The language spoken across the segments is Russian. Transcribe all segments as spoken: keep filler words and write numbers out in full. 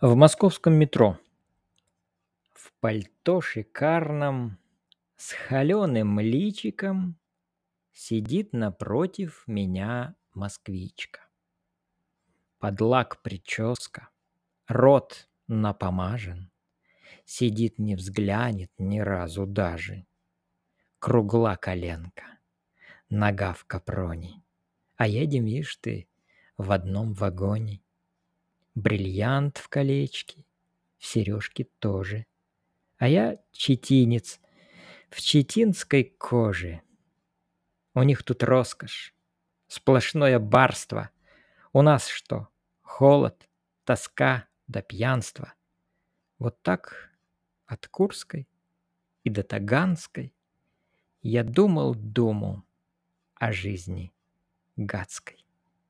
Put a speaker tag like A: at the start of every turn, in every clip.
A: В московском метро. В пальто шикарном, с холёным личиком сидит напротив меня москвичка. Под лак прическа, рот напомажен, сидит не взглянет ни разу даже. Кругла коленка, нога в капроне, а едем, вишь ты, в одном вагоне. Бриллиант в колечке, в сережке тоже. А я читинец в читинской коже. У них тут роскошь, сплошное барство. У нас что? Холод, тоска да пьянство. Вот так от Курской и до Таганской я думал думу о жизни гадской.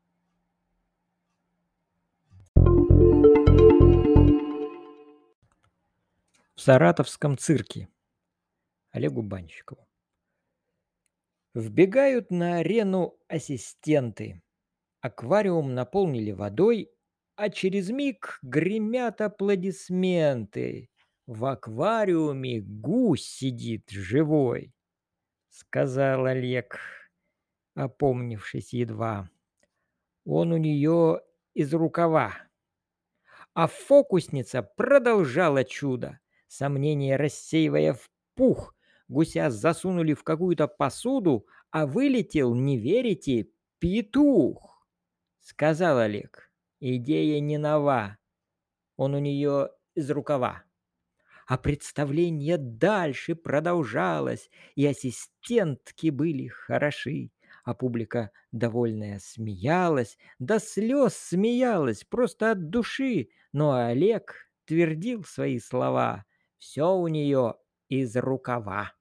A: В саратовском цирке Олегу Банщикову. Вбегают на арену ассистенты. Аквариум наполнили водой, а через миг гремят аплодисменты. В аквариуме гусь сидит живой, сказал Олег, опомнившись едва. Он у нее из рукава. А фокусница продолжала чудо, сомнения рассеивая в пух. Гуся засунули в какую-то посуду, а вылетел, не верите, петух. Сказал Олег, идея не нова, он у нее из рукава. А представление дальше продолжалось, и ассистентки были хороши, а публика довольная смеялась, до слез смеялась, просто от души, но Олег твердил свои слова, все у нее из рукава.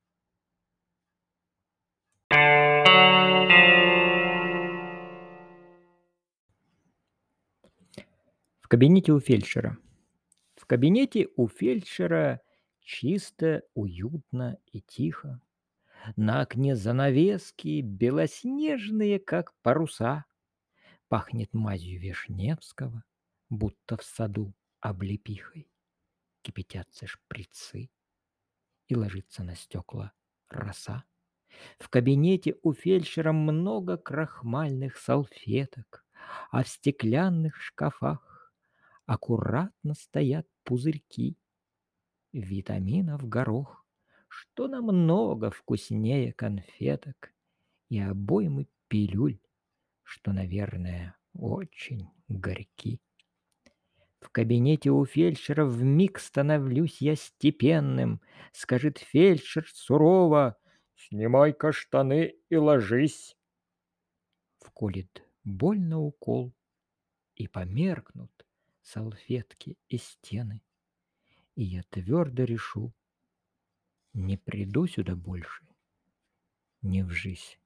A: В кабинете у фельдшера. В кабинете у фельдшера чисто, уютно и тихо. На окне занавески белоснежные, как паруса. Пахнет мазью Вишневского, будто в саду облепихой. Кипятятся шприцы, и ложится на стекла роса. В кабинете у фельдшера много крахмальных салфеток, а в стеклянных шкафах аккуратно стоят пузырьки витаминов горох, что намного вкуснее конфеток, и обоймы пилюль, что, наверное, очень горьки. В кабинете у фельдшера вмиг становлюсь я степенным. Скажет фельдшер сурово: «Снимай-ка штаны и ложись». Вколет больно укол, и померкнут салфетки и стены. И я твердо решу: не приду сюда больше ни в жизнь.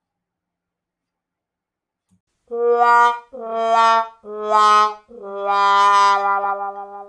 B: La la la la la la la la la